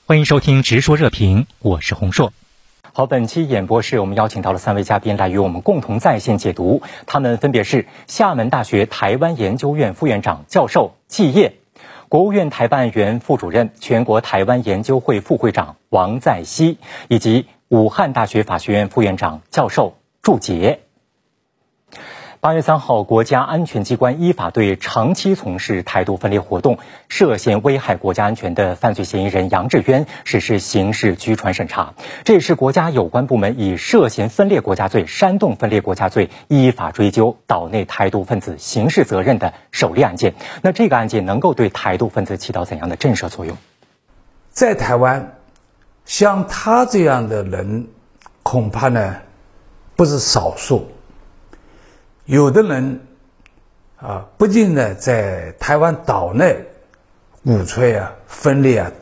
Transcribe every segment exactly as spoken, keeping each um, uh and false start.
欢迎收听直说热评，我是洪硕。好，本期演播室我们邀请到了三位嘉宾来与我们共同在线解读，他们分别是厦门大学台湾研究院副院长教授季业，国务院台办原副主任、全国台湾研究会副会长王在熙，以及武汉大学法学院副院长教授祝捷。八月三号，国家安全机关依法对长期从事台独分裂活动、涉嫌危害国家安全的犯罪嫌疑人杨志渊实施刑事拘传审查。这也是国家有关部门以涉嫌分裂国家罪、煽动分裂国家罪依法追究岛内台独分子刑事责任的首例案件。那这个案件能够对台独分子起到怎样的震慑作用？ 在台湾，像他这样的人，恐怕呢不是少数。有的人啊，不仅呢在台湾岛内鼓吹啊分裂啊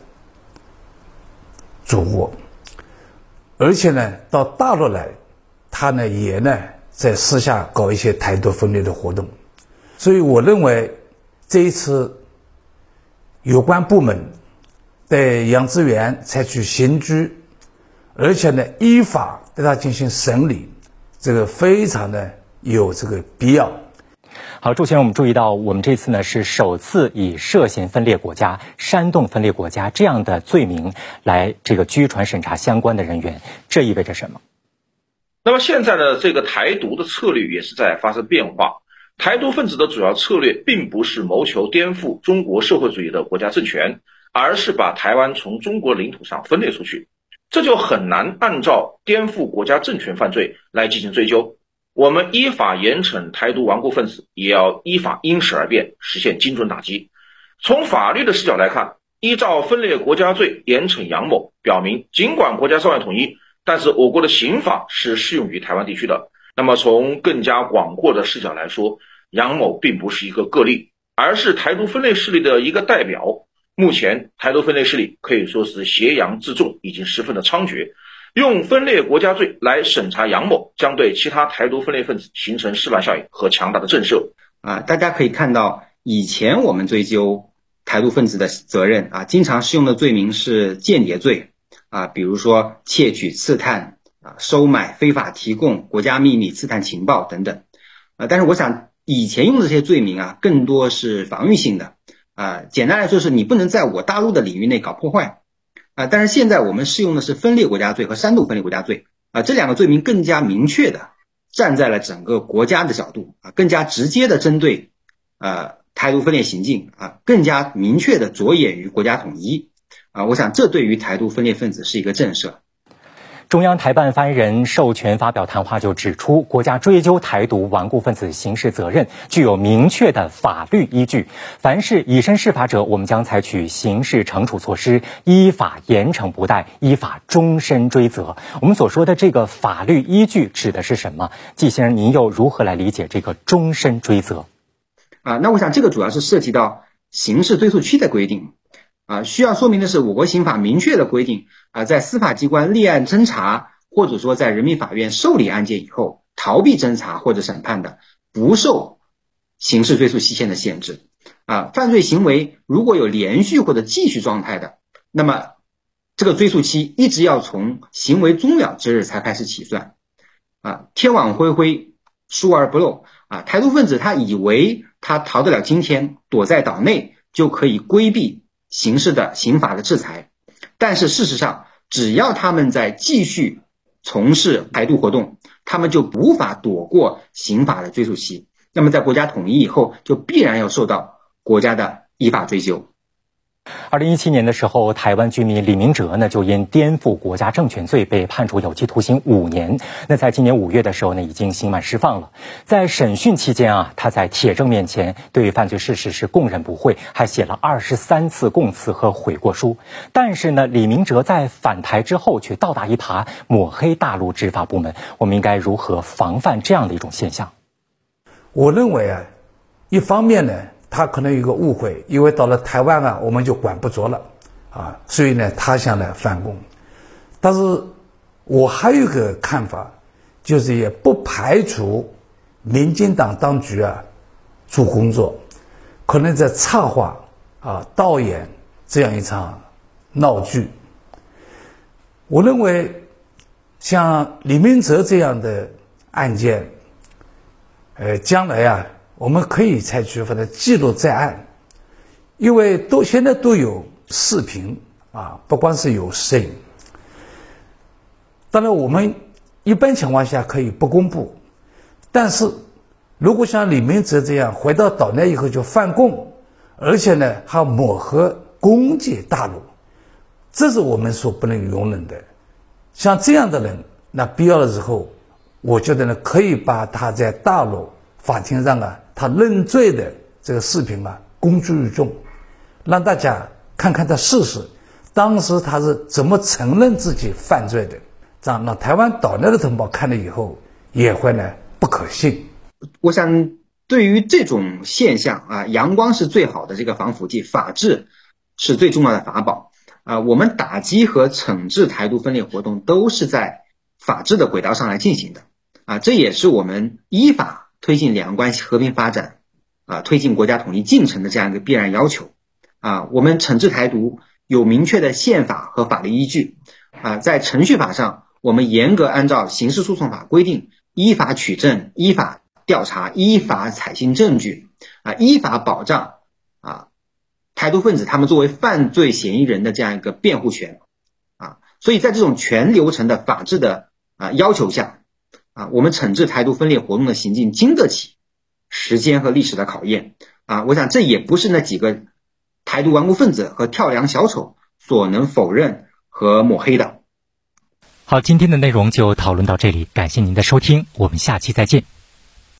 祖国，而且呢到大陆来，他呢也呢在私下搞一些台独分裂的活动。所以我认为这一次有关部门对杨志渊采取刑拘，而且呢依法对他进行审理，这个非常的有这个必要。 好，祝先生，我们注意到，我们这次呢是首次以涉嫌分裂国家、煽动分裂国家这样的罪名来这个拘传审查相关的人员，这意味着什么？ 那么现在的这个台独的策略也是在发生变化。台独分子的主要策略并不是谋求颠覆中国社会主义的国家政权，而是把台湾从中国领土上分裂出去，这就很难按照颠覆国家政权犯罪来进行追究。我们依法严惩台独顽固分子，也要依法因时而变，实现精准打击。从法律的视角来看，依照分裂国家罪严惩杨某，表明尽管国家稍有统一，但是我国的刑法是适用于台湾地区的。那么从更加广阔的视角来说，杨某并不是一个个例，而是台独分裂势力的一个代表。目前台独分裂势力可以说是挟洋自重，已经十分的猖獗。用分裂国家罪来审查杨某，将对其他台独分裂分子形成示范效应和强大的震慑。 啊，大家可以看到，以前我们追究台独分子的责任啊，经常适用的罪名是间谍罪啊，比如说窃取、刺探啊、收买、非法提供国家秘密、刺探情报等等啊。但是我想，以前用的这些罪名啊，更多是防御性的啊。简单来说，是你不能在我大陆的领域内搞破坏。啊，但是现在我们适用的是分裂国家罪和煽动分裂国家罪啊，这两个罪名更加明确的站在了整个国家的角度啊，更加直接的针对呃台独分裂行径啊，更加明确的着眼于国家统一啊，我想这对于台独分裂分子是一个震慑。 中央台办发言人授权发表谈话就指出，国家追究台独顽固分子刑事责任具有明确的法律依据，凡是以身试法者，我们将采取刑事惩处措施，依法严惩不贷，依法终身追责。我们所说的这个法律依据指的是什么？季先生，您又如何来理解这个终身追责？ 啊，那我想这个主要是涉及到刑事追诉期的规定。啊，需要说明的是，我国刑法明确的规定啊，在司法机关立案侦查，或者说在人民法院受理案件以后，逃避侦查或者审判的，不受刑事追诉期限的限制。啊，犯罪行为如果有连续或者继续状态的，那么这个追诉期一直要从行为终了之日才开始起算。啊，天网恢恢，疏而不漏。啊，台独分子他以为他逃得了今天，躲在岛内就可以规避刑事的刑法的制裁，但是事实上，只要他们在继续从事台独活动，他们就无法躲过刑法的追诉期。那么在国家统一以后，就必然要受到国家的依法追究。 二零一七年的时候，台湾居民李明哲呢就因颠覆国家政权罪被判处有期徒刑五年。那在今年五月的时候呢，已经刑满释放了。在审讯期间啊，他在铁证面前对犯罪事实是供认不讳，还写了二十三次供词和悔过书。但是呢，李明哲在返台之后却倒打一耙，抹黑大陆执法部门。我们应该如何防范这样的一种现象？ 我认为啊，一方面呢，他可能有一个误会，因为到了台湾啊，我们就管不着了啊，所以呢，他想来反攻。但是我还有一个看法，就是也不排除民进党当局啊做工作，可能在策划啊导演这样一场闹剧我认为像李明哲这样的案件，呃，将来啊，我们可以采取把它记录在案，因为都现在都有视频啊，不光是有摄影。当然，我们一般情况下可以不公布，但是如果像李明哲这样回到岛内以后就犯供，而且呢还抹黑攻击大陆，这是我们所不能容忍的。像这样的人，那必要的时候，我觉得呢，可以把他在大陆法庭上啊，他认罪的这个视频啊，公诸于众，让大家看看他事实，当时他是怎么承认自己犯罪的，这样让台湾岛内的同胞看了以后，也会呢不可信。 我想，对于这种现象啊，阳光是最好的这个防腐剂，法治是最重要的法宝啊。我们打击和惩治台独分裂活动，都是在法治的轨道上来进行的啊，这也是我们依法推进两岸关系和平发展啊，推进国家统一进程的这样一个必然要求啊。我们惩治台独有明确的宪法和法律依据啊，在程序法上，我们严格按照刑事诉讼法规定，依法取证、依法调查、依法采信证据啊，依法保障啊台独分子他们作为犯罪嫌疑人的这样一个辩护权啊。所以在这种全流程的法治的啊要求下啊，我们惩治台独分裂活动的行径经得起时间和历史的考验啊。我想这也不是那几个台独顽固分子和跳梁小丑所能否认和抹黑的。 好，今天的内容就讨论到这里，感谢您的收听，我们下期再见。